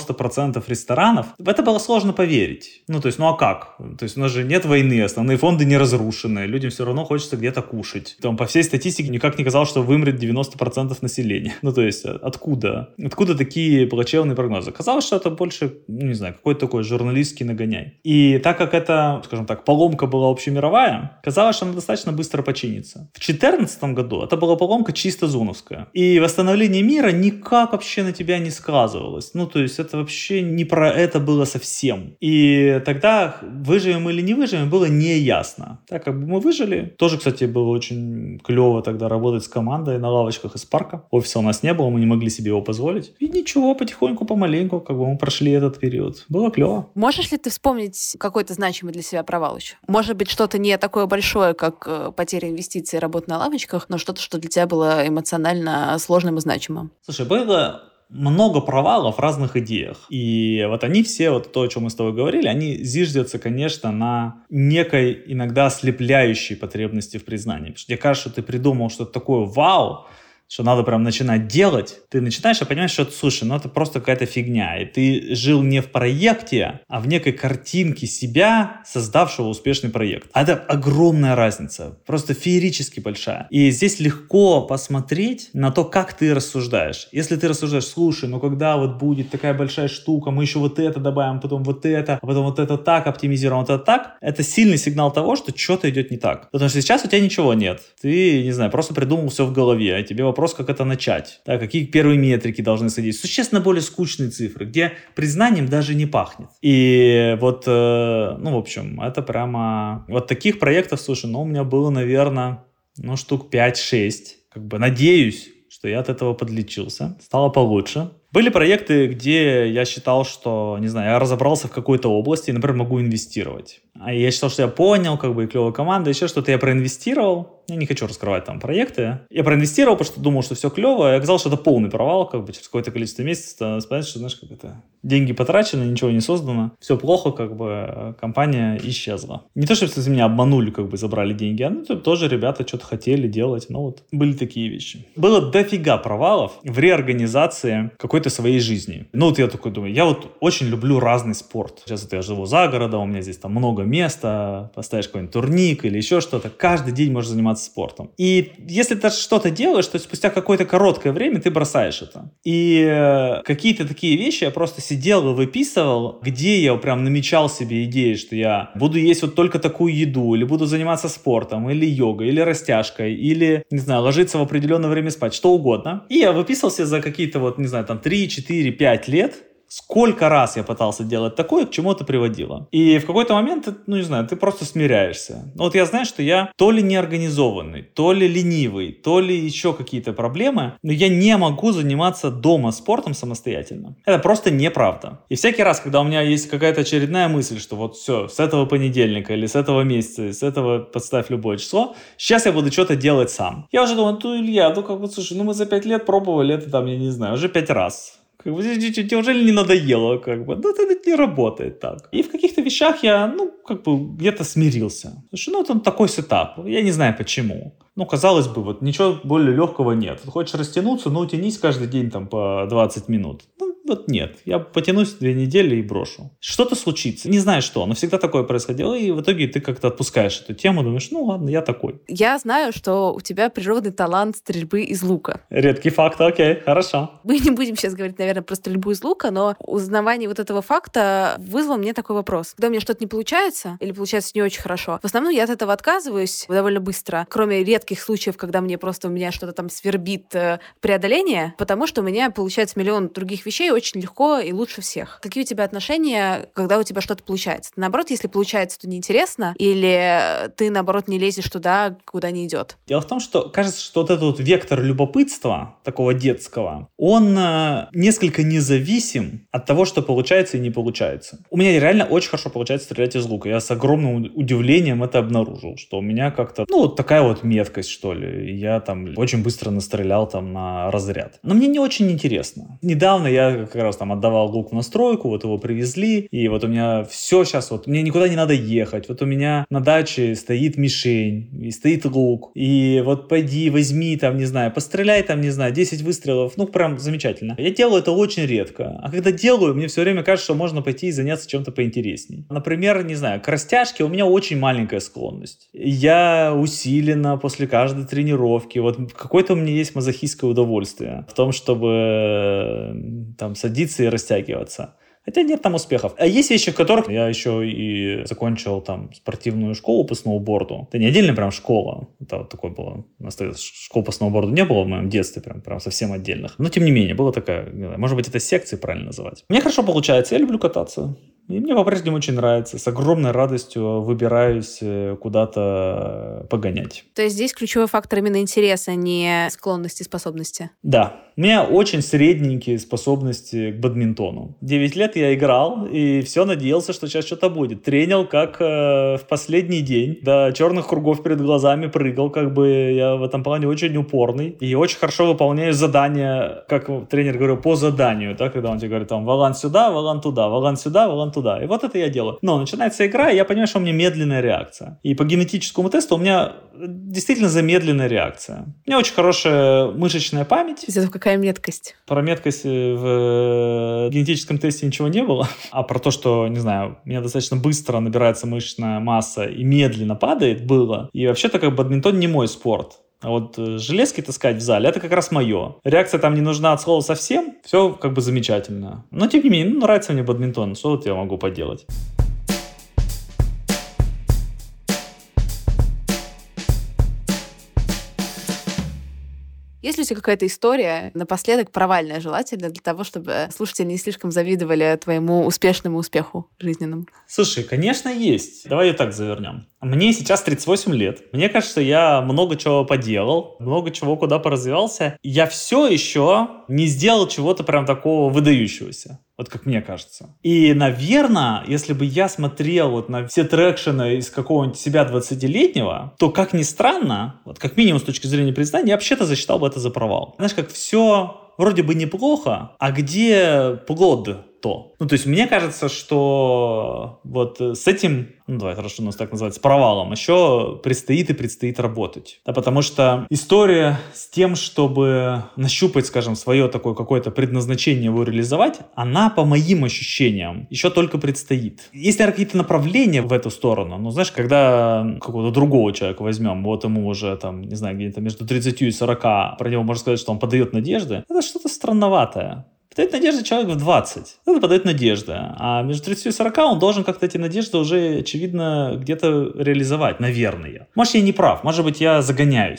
90% ресторанов, в это было сложно поверить. А как? То есть, у нас же нет войны, основные фонды не разрушены, людям все равно хочется где-то кушать. Там по всей статистике никак не казалось, что вымрет 90% населения. То есть, откуда? Откуда такие плачевные прогнозы? Казалось, что это больше, какой-то такой журналистский нагоняй. И так как это, скажем так, поломка была общемировая, казалось, что она достаточно быстро починится. В 2014 году это была поломка чисто зоновская. И восстановление мира никак вообще на тебя не сказывалось. То есть это вообще не про это было совсем. И тогда выживем или не выживем было неясно. Так как бы мы выжили. Тоже, кстати, было очень клево тогда работать с командой на лавочках из парка. Офиса у нас не было, мы не могли себе его позволить. И ничего, потихоньку, помаленьку, мы прошли этот период. Было клево. Можешь ли ты вспомнить какой-то значимый для себя провал еще? Может быть, что-то не такое большое, как потеря инвестиций, работа на лавочках, но что-то, что для тебя было эмоционально сложным и значимым? Слушай, было много провалов в разных идеях. И они все, то, о чем мы с тобой говорили, они зиждятся, конечно, на некой иногда ослепляющей потребности в признании. Потому что тебе кажется, что ты придумал что-то такое вау, что надо прям начинать делать, ты начинаешь и понимаешь, что, слушай, это просто какая-то фигня. И ты жил не в проекте, а в некой картинке себя, создавшего успешный проект. А это огромная разница, просто феерически большая. И здесь легко посмотреть на то, как ты рассуждаешь. Если ты рассуждаешь, слушай, когда будет такая большая штука, мы еще это добавим, потом это, а потом это так оптимизируем, это так, это сильный сигнал того, что что-то идет не так. Потому что сейчас у тебя ничего нет. Ты, не знаю, просто придумал все в голове, а тебе вопрос, как это начать. Да, какие первые метрики должны садить. Существенно более скучные цифры, где признанием даже не пахнет. И в общем, это прямо... таких проектов, слушай, у меня было, наверное, штук 5-6. Надеюсь, что я от этого подлечился. Стало получше. Были проекты, где я считал, что, я разобрался в какой-то области и, например, могу инвестировать. А я считал, что я понял, и клевая команда, еще что-то я проинвестировал. Я не хочу раскрывать там проекты. Я проинвестировал, потому что думал, что все клево, и оказалось, что это полный провал, через какое-то количество месяцев понятно, что, деньги потрачены, ничего не создано, все плохо, компания исчезла. Не то, что меня обманули, забрали деньги, а тоже ребята что-то хотели делать, были такие вещи. Было дофига провалов в реорганизации какой-то своей жизни. Я такой думаю, я очень люблю разный спорт. Сейчас я живу за городом, у меня здесь там много места, поставишь какой-нибудь турник или еще что-то, каждый день можешь заниматься спортом. И если ты что-то делаешь, то спустя какое-то короткое время ты бросаешь это. И какие-то такие вещи я просто сидел и выписывал, где я прям намечал себе идеи, что я буду есть только такую еду, или буду заниматься спортом, или йогой, или растяжкой, или, ложиться в определенное время спать, что угодно. И я выписывал себе за какие-то 3, 4, 5 лет Сколько раз я пытался делать такое, к чему это приводило. И в какой-то момент, ну не знаю, ты просто смиряешься. Ну вот я знаю, что я то ли неорганизованный, то ли ленивый, то ли еще какие-то проблемы, но я не могу заниматься дома спортом самостоятельно. Это просто неправда. И всякий раз, когда у меня есть какая-то очередная мысль, что вот все, с этого понедельника или с этого месяца, с этого подставь любое число, сейчас я буду что-то делать сам. Я уже думаю, ну Илья, ну как бы, слушай, ну мы за 5 лет пробовали это там, я не знаю, уже 5 раз. Как бы, неужели не надоело, как бы, ну, это не работает так. И в каких-то вещах я, ну, как бы, где-то смирился. Слушай, ну, это такой сетап, я не знаю почему. Ну, казалось бы, вот ничего более легкого нет. Хочешь растянуться, ну, тянись каждый день там по 20 минут. Ну, вот нет, я потянусь 2 недели и брошу. Что-то случится, не знаю что, но всегда такое происходило, и в итоге ты как-то отпускаешь эту тему, думаешь, ну ладно, я такой. Я знаю, что у тебя природный талант стрельбы из лука. Редкий факт, окей, хорошо. Мы не будем сейчас говорить, наверное, про стрельбу из лука, но узнавание вот этого факта вызвало мне такой вопрос. Когда у меня что-то не получается, или получается не очень хорошо, в основном я от этого отказываюсь довольно быстро, кроме редких случаев, когда мне просто у меня что-то там свербит преодоление, потому что у меня получается миллион других вещей очень легко и лучше всех. Какие у тебя отношения, когда у тебя что-то получается? Наоборот, если получается, то неинтересно, или ты, наоборот, не лезешь туда, куда не идет? Дело в том, что кажется, что вот этот вот вектор любопытства, такого детского, он несколько независим от того, что получается и не получается. У меня реально очень хорошо получается стрелять из лука. Я с огромным удивлением это обнаружил, что у меня как-то, ну, вот такая вот меткость, что ли. Я там очень быстро настрелял там на разряд. Но мне не очень интересно. Недавно я как раз там отдавал лук в настройку, вот его привезли, и вот у меня все сейчас, вот мне никуда не надо ехать, вот у меня на даче стоит мишень, и стоит лук, и вот пойди, возьми там, не знаю, постреляй там, не знаю, 10 выстрелов, ну прям замечательно. Я делаю это очень редко, а когда делаю, мне все время кажется, что можно пойти и заняться чем-то поинтересней. Например, не знаю, к растяжке у меня очень маленькая склонность. Я усиленно после каждой тренировки, вот какое-то у меня есть мазохистское удовольствие в том, чтобы там садиться и растягиваться. Хотя нет там успехов. А есть вещи, в которых я еще и закончил там спортивную школу по сноуборду. Это не отдельная прям школа. Это вот такое было. У нас школ по сноуборду не было в моем детстве, прям совсем отдельных. Но тем не менее, была такая, может быть, это секции правильно называть. Мне хорошо получается, я люблю кататься. И мне по-прежнему очень нравится. С огромной радостью выбираюсь куда-то погонять. То есть здесь ключевой фактор именно интереса, не склонности, способности? Да. У меня очень средненькие способности к бадминтону. 9 лет я играл, и все надеялся, что сейчас что-то будет. Тренил, как в последний день. До черных кругов перед глазами прыгал. Как бы я в этом плане очень упорный. И очень хорошо выполняю задания, как тренер говорил, по заданию. Да, когда он тебе говорит, там, валан сюда, валан туда, валан сюда, валан туда. И вот это я делаю. Но начинается игра, и я понимаю, что у меня медленная реакция. И по генетическому тесту у меня действительно замедленная реакция. У меня очень хорошая мышечная память. Это какая меткость? Про меткость в генетическом тесте ничего не было. А про то, что, не знаю, у меня достаточно быстро набирается мышечная масса и медленно падает, было. И вообще-то как бадминтон не мой спорт. А вот железки таскать в зале, это как раз мое. Реакция там не нужна от слова совсем. Все как бы замечательно. Но тем не менее, нравится мне бадминтон. Что вот я могу поделать? Есть ли у тебя какая-то история, напоследок провальная желательно, для того, чтобы слушатели не слишком завидовали твоему успешному успеху жизненному? Слушай, конечно, есть. Давай ее так завернем. Мне сейчас 38 лет. Мне кажется, я много чего поделал, много чего куда поразвивался. Я все еще не сделал чего-то прям такого выдающегося. Вот как мне кажется. И, наверное, если бы я смотрел вот на все трекшены из какого-нибудь себя 20-летнего, то, как ни странно, вот как минимум с точки зрения признания, я вообще-то засчитал бы это за провал. Знаешь, как все вроде бы неплохо, а где плод? То. Ну, то есть, мне кажется, что вот с этим, ну, давай, хорошо, у нас так называется, провалом, еще предстоит работать. Да, потому что история с тем, чтобы нащупать, скажем, свое такое какое-то предназначение, его реализовать, она, по моим ощущениям, еще только предстоит. Есть, наверное, какие-то направления в эту сторону. Ну, знаешь, когда какого-то другого человека возьмем, вот ему уже, там, не знаю, где-то между 30 и 40, про него можно сказать, что он подает надежды, это что-то странноватое. Подает надежды человек в 20. Это подает надежды. А между 30 и 40 он должен как-то эти надежды уже, очевидно, где-то реализовать, наверное. Может, я не прав. Может быть, я загоняюсь.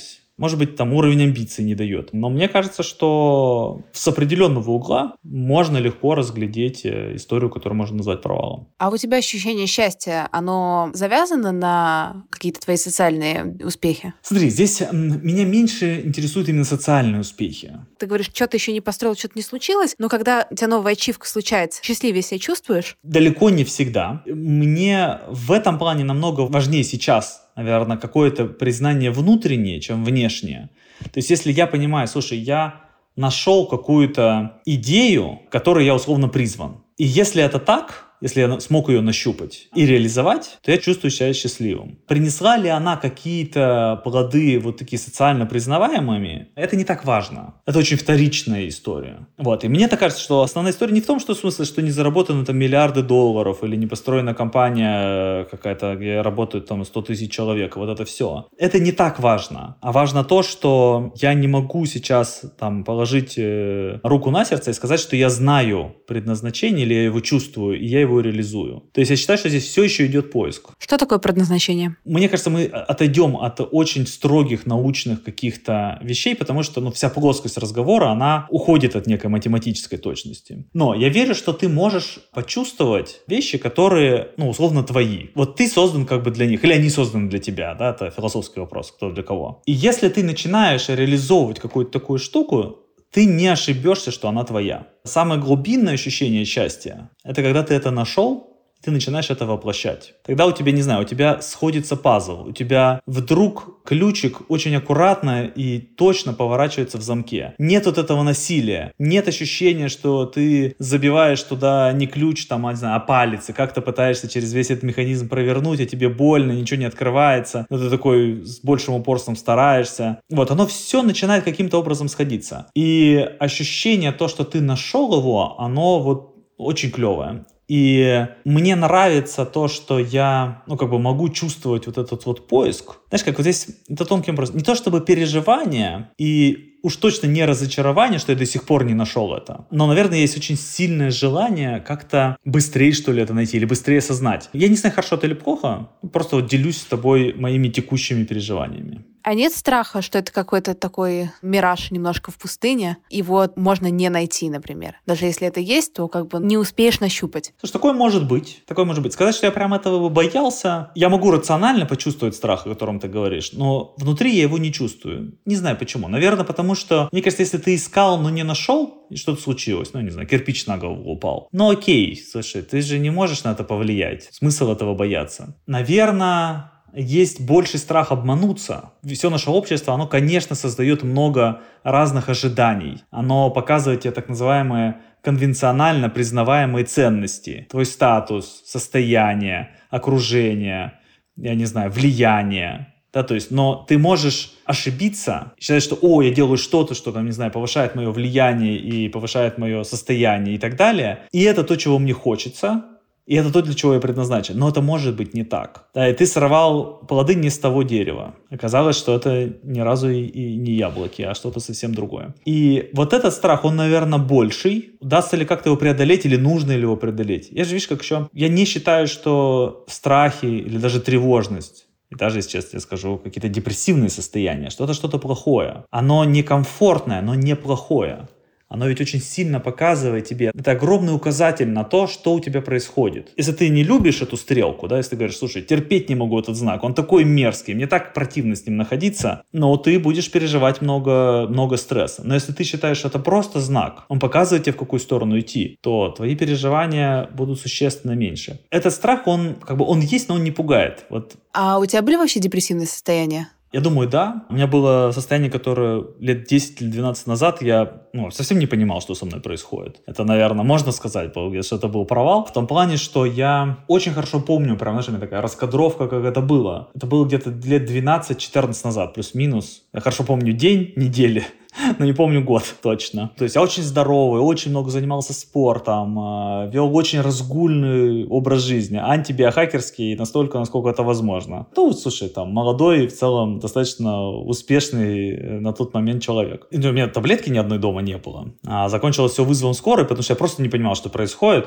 Может быть, там уровень амбиций не дает. Но мне кажется, что с определенного угла можно легко разглядеть историю, которую можно назвать провалом. А у тебя ощущение счастья, оно завязано на какие-то твои социальные успехи? Смотри, здесь меня меньше интересуют именно социальные успехи. Ты говоришь, что-то еще не построил, что-то не случилось, но когда у тебя новая ачивка случается, счастливее себя чувствуешь? Далеко не всегда. Мне в этом плане намного важнее сейчас, наверное, какое-то признание внутреннее, чем внешнее. То есть если я понимаю, слушай, я нашел какую-то идею, к которой я условно призван. И если это так, если я смог ее нащупать и реализовать, то я чувствую себя счастливым. Принесла ли она какие-то плоды вот такие социально признаваемыми, это не так важно. Это очень вторичная история. Вот. И мне так кажется, что основная история не в том, что в смысле, что не заработаны там миллиарды долларов или не построена компания какая-то, где работают там 100 тысяч человек. Вот это все. Это не так важно. А важно то, что я не могу сейчас там положить руку на сердце и сказать, что я знаю предназначение или я его чувствую, и я его реализую. То есть я считаю, что здесь все еще идет поиск. Что такое предназначение? Мне кажется, мы отойдем от очень строгих научных каких-то вещей, потому что вся плоскость разговора, она уходит от некой математической точности. Но я верю, что ты можешь почувствовать вещи, которые, условно, твои. Вот ты создан как бы для них, или они созданы для тебя, да, это философский вопрос, кто для кого. И если ты начинаешь реализовывать какую-то такую штуку, ты не ошибешься, что она твоя. Самое глубинное ощущение счастья — это когда ты это нашел, ты начинаешь это воплощать. Тогда у тебя, не знаю, у тебя сходится пазл, у тебя вдруг ключик очень аккуратно и точно поворачивается в замке. Нет вот этого насилия, нет ощущения, что ты забиваешь туда не ключ, там, не знаю, а палец, и как-то пытаешься через весь этот механизм провернуть, а тебе больно, ничего не открывается, но ты такой с большим упорством стараешься. Вот, оно все начинает каким-то образом сходиться. И ощущение, то, что ты нашел его, оно вот очень клевое. И мне нравится то, что я, могу чувствовать вот этот вот поиск. Знаешь, как вот здесь, это тонкий вопрос. Не то чтобы переживание и уж точно не разочарование, что я до сих пор не нашел это. Но, наверное, есть очень сильное желание как-то быстрее, что ли, это найти или быстрее осознать. Я не знаю, хорошо это или плохо, просто вот делюсь с тобой моими текущими переживаниями. А нет страха, что это какой-то такой мираж немножко в пустыне, и вот можно не найти, например? Даже если это есть, то как бы не успеешь нащупать. Слушай, такое может быть. Сказать, что я прям этого боялся, я могу рационально почувствовать страх, о котором ты говоришь, но внутри я его не чувствую. Не знаю почему. Наверное, потому что, мне кажется, если ты искал, но не нашел, и что-то случилось, не знаю, кирпич на голову упал. Окей, слушай, ты же не можешь на это повлиять. Смысл этого бояться? Наверное, есть больший страх обмануться. Все наше общество, оно, конечно, создает много разных ожиданий. Оно показывает тебе так называемые конвенционально признаваемые ценности. Твой статус, состояние, окружение, я не знаю, влияние. Да, то есть, но ты можешь ошибиться, считать, что я делаю что-то, что там, не знаю, повышает мое влияние и повышает мое состояние и так далее. И это то, чего мне хочется. И это то, для чего я предназначен. Но это может быть не так. Да, и ты сорвал плоды не с того дерева. Оказалось, что это ни разу и не яблоки, а что-то совсем другое. И вот этот страх, он, наверное, больший. Удастся ли как-то его преодолеть или нужно ли его преодолеть? Я же, видишь, как еще... Я не считаю, что страхи или даже тревожность, и даже, если честно, я скажу, какие-то депрессивные состояния, что-то плохое. Оно некомфортное, но не плохое. Оно ведь очень сильно показывает тебе. Это огромный указатель на то, что у тебя происходит. Если ты не любишь эту стрелку, да, если ты говоришь, слушай, терпеть не могу этот знак, он такой мерзкий, мне так противно с ним находиться, но ты будешь переживать много стресса. Но если ты считаешь, что это просто знак, он показывает тебе, в какую сторону идти, то твои переживания будут существенно меньше. Этот страх, он есть, но он не пугает. Вот. А у тебя были вообще депрессивные состояния? Я думаю, да. У меня было состояние, которое лет 10 или 12 назад я совсем не понимал, что со мной происходит. Это, наверное, можно сказать, что это был провал. В том плане, что я очень хорошо помню, прям, знаешь, у меня такая раскадровка, как это было. Это было где-то лет 12-14 назад, плюс-минус. Я хорошо помню день, недели, но не помню год точно. То есть я очень здоровый, очень много занимался спортом, вел очень разгульный образ жизни, антибиохакерский настолько, насколько это возможно. Слушай, молодой, в целом достаточно успешный на тот момент человек. И у меня таблетки ни одной дома не было. Закончилось все вызовом скорой, потому что я просто не понимал, что происходит.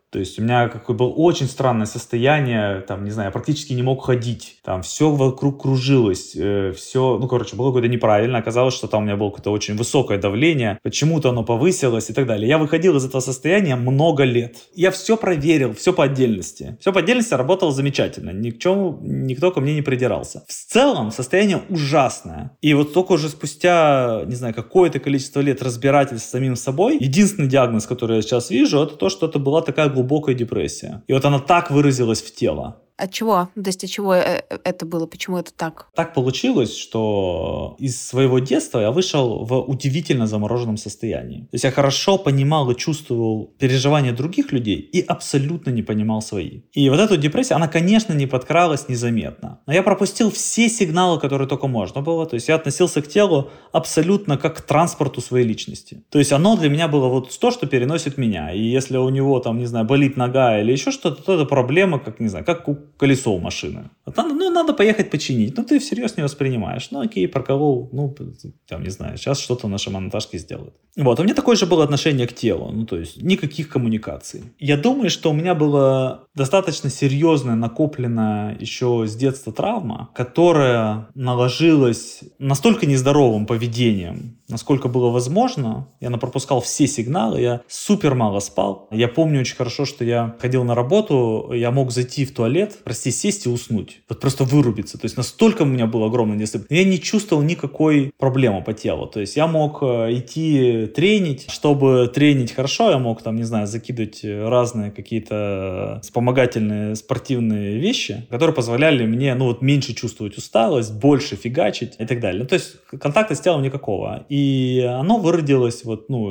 То есть у меня было очень странное состояние, там, не знаю, я практически не мог ходить, там, все вокруг кружилось, все, было какое-то неправильно, оказалось, что там у меня было какое-то очень высокое давление, почему-то оно повысилось и так далее. Я выходил из этого состояния много лет. Я все проверил, все по отдельности. Все по отдельности работало замечательно, никто ко мне не придирался. В целом состояние ужасное. И вот только уже спустя, не знаю, какое-то количество лет разбирательств с самим собой, единственный диагноз, который я сейчас вижу, это то, что это была такая глубокая депрессия. И вот она так выразилась в тело. От чего? То есть от чего это было? Почему это так? Так получилось, что из своего детства я вышел в удивительно замороженном состоянии. То есть я хорошо понимал и чувствовал переживания других людей и абсолютно не понимал свои. И вот эта депрессия, она, конечно, не подкралась незаметно. Но я пропустил все сигналы, которые только можно было. То есть я относился к телу абсолютно как к транспорту своей личности. То есть оно для меня было вот то, что переносит меня. И если у него там, не знаю, болит нога или еще что-то, то это проблема, как, не знаю, как колесо у машины. Надо поехать починить. Ты всерьез не воспринимаешь. Окей, проколол. Там, не знаю, сейчас что-то наши монтажки сделают. Вот. У меня такое же было отношение к телу. То есть никаких коммуникаций. Я думаю, что у меня была достаточно серьезная, накопленная еще с детства травма, которая наложилась настолько нездоровым поведением, насколько было возможно. Я пропускал все сигналы, я супер мало спал. Я помню очень хорошо, что я ходил на работу, я мог зайти в туалет, сесть и уснуть. Вот просто вырубиться. То есть настолько у меня был огромный дефицит. Я не чувствовал никакой проблемы по телу. То есть я мог идти тренить. Чтобы тренить хорошо, я мог, закидывать разные какие-то вспомогательные спортивные вещи, которые позволяли мне, меньше чувствовать усталость, больше фигачить и так далее. То есть контакта с телом никакого. И оно выродилось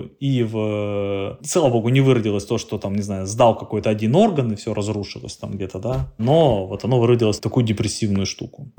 слава богу, не выродилось то, что сдал какой-то один орган и все разрушилось где-то, да. Но оно выродилось в такую депрессивную штуку.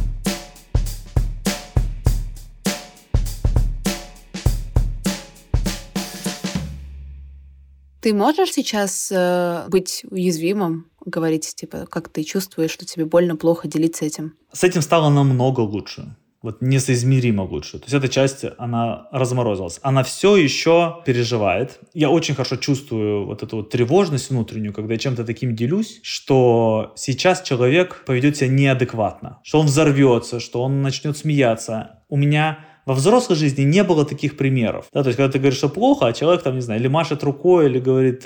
Ты можешь сейчас быть уязвимым, говорить, как ты чувствуешь, что тебе больно, плохо, делиться этим? С этим стало намного лучше. Несоизмеримо лучше. То есть эта часть, она разморозилась. Она все еще переживает. Я очень хорошо чувствую эту тревожность внутреннюю, когда я чем-то таким делюсь, что сейчас человек поведет себя неадекватно, что он взорвется, что он начнет смеяться. У меня во взрослой жизни не было таких примеров. Да, то есть, когда ты говоришь, что плохо, а человек, или машет рукой, или говорит,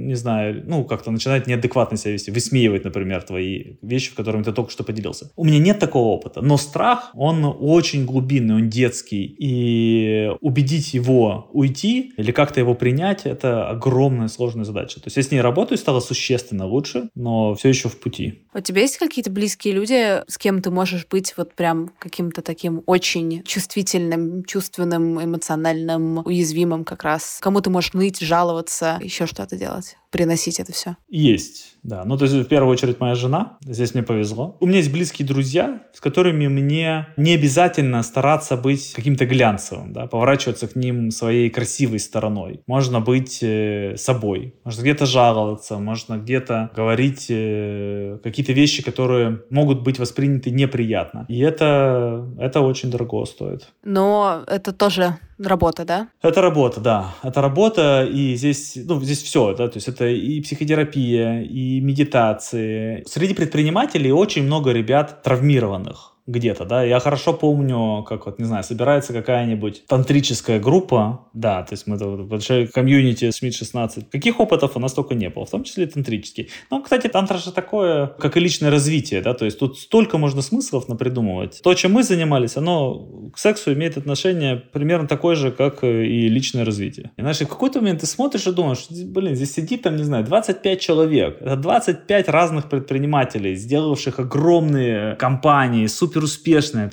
как-то начинает неадекватно себя вести, высмеивать, например, твои вещи, которыми ты только что поделился. У меня нет такого опыта. Но страх, он очень глубинный, он детский. И убедить его уйти или как-то его принять, это огромная сложная задача. То есть, я с ней работаю, стало существенно лучше, но все еще в пути. У тебя есть какие-то близкие люди, с кем ты можешь быть прям каким-то таким очень чувствительным, чувственным, эмоциональным, уязвимым как раз? Кому ты можешь ныть, жаловаться, еще что-то делать? Приносить это все? Есть, да. То есть, в первую очередь, моя жена. Здесь мне повезло. У меня есть близкие друзья, с которыми мне не обязательно стараться быть каким-то глянцевым, да, поворачиваться к ним своей красивой стороной. Можно быть собой. Можно где-то жаловаться, можно где-то говорить какие-то вещи, которые могут быть восприняты неприятно. И это очень дорого стоит. Но это тоже работа, да? Это работа, да. Это работа, и здесь все, да, то есть это и психотерапия, и медитации. Среди предпринимателей очень много ребят травмированных где-то, да. Я хорошо помню, как собирается какая-нибудь тантрическая группа, да, то есть мы большая комьюнити СМИТ-16. Каких опытов у нас только не было, в том числе и тантрический. Кстати, тантра же такое, как и личное развитие, да, то есть тут столько можно смыслов напридумывать. То, чем мы занимались, оно к сексу имеет отношение примерно такое же, как и личное развитие. И, в какой-то момент ты смотришь и думаешь, здесь сидит 25 человек. Это 25 разных предпринимателей, сделавших огромные компании, суперуспешные,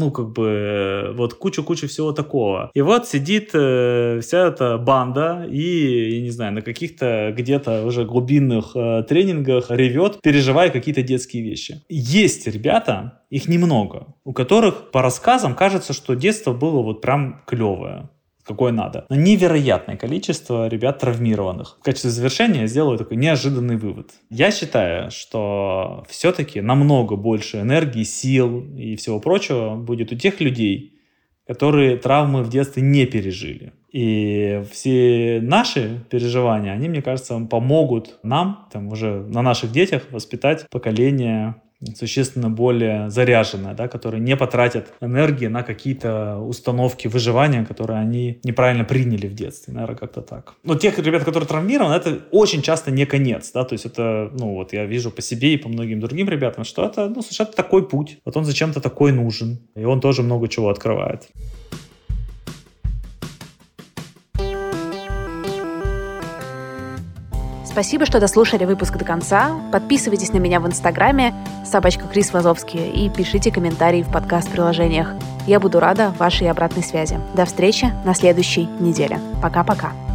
кучу всего такого. И сидит вся эта банда и, я не знаю, на каких-то где-то уже глубинных тренингах ревет, переживая какие-то детские вещи. Есть ребята, их немного, у которых по рассказам кажется, что детство было прям клевое. Какое надо. Но невероятное количество ребят травмированных. В качестве завершения я сделаю такой неожиданный вывод. Я считаю, что все-таки намного больше энергии, сил и всего прочего будет у тех людей, которые травмы в детстве не пережили. И все наши переживания, они, мне кажется, помогут нам, там, уже на наших детях воспитать поколение существенно более заряженное, да, которые не потратят энергии на какие-то установки выживания, которые они неправильно приняли в детстве, наверное, как-то так. Но тех ребят, которые травмированы, это очень часто не конец, да, то есть это, вот я вижу по себе и по многим другим ребятам, что это, слушай, это такой путь, вот он зачем-то такой нужен, и он тоже много чего открывает. Спасибо, что дослушали выпуск до конца. Подписывайтесь на меня в Инстаграме @KrisVazovsky и пишите комментарии в подкаст-приложениях. Я буду рада вашей обратной связи. До встречи на следующей неделе. Пока-пока.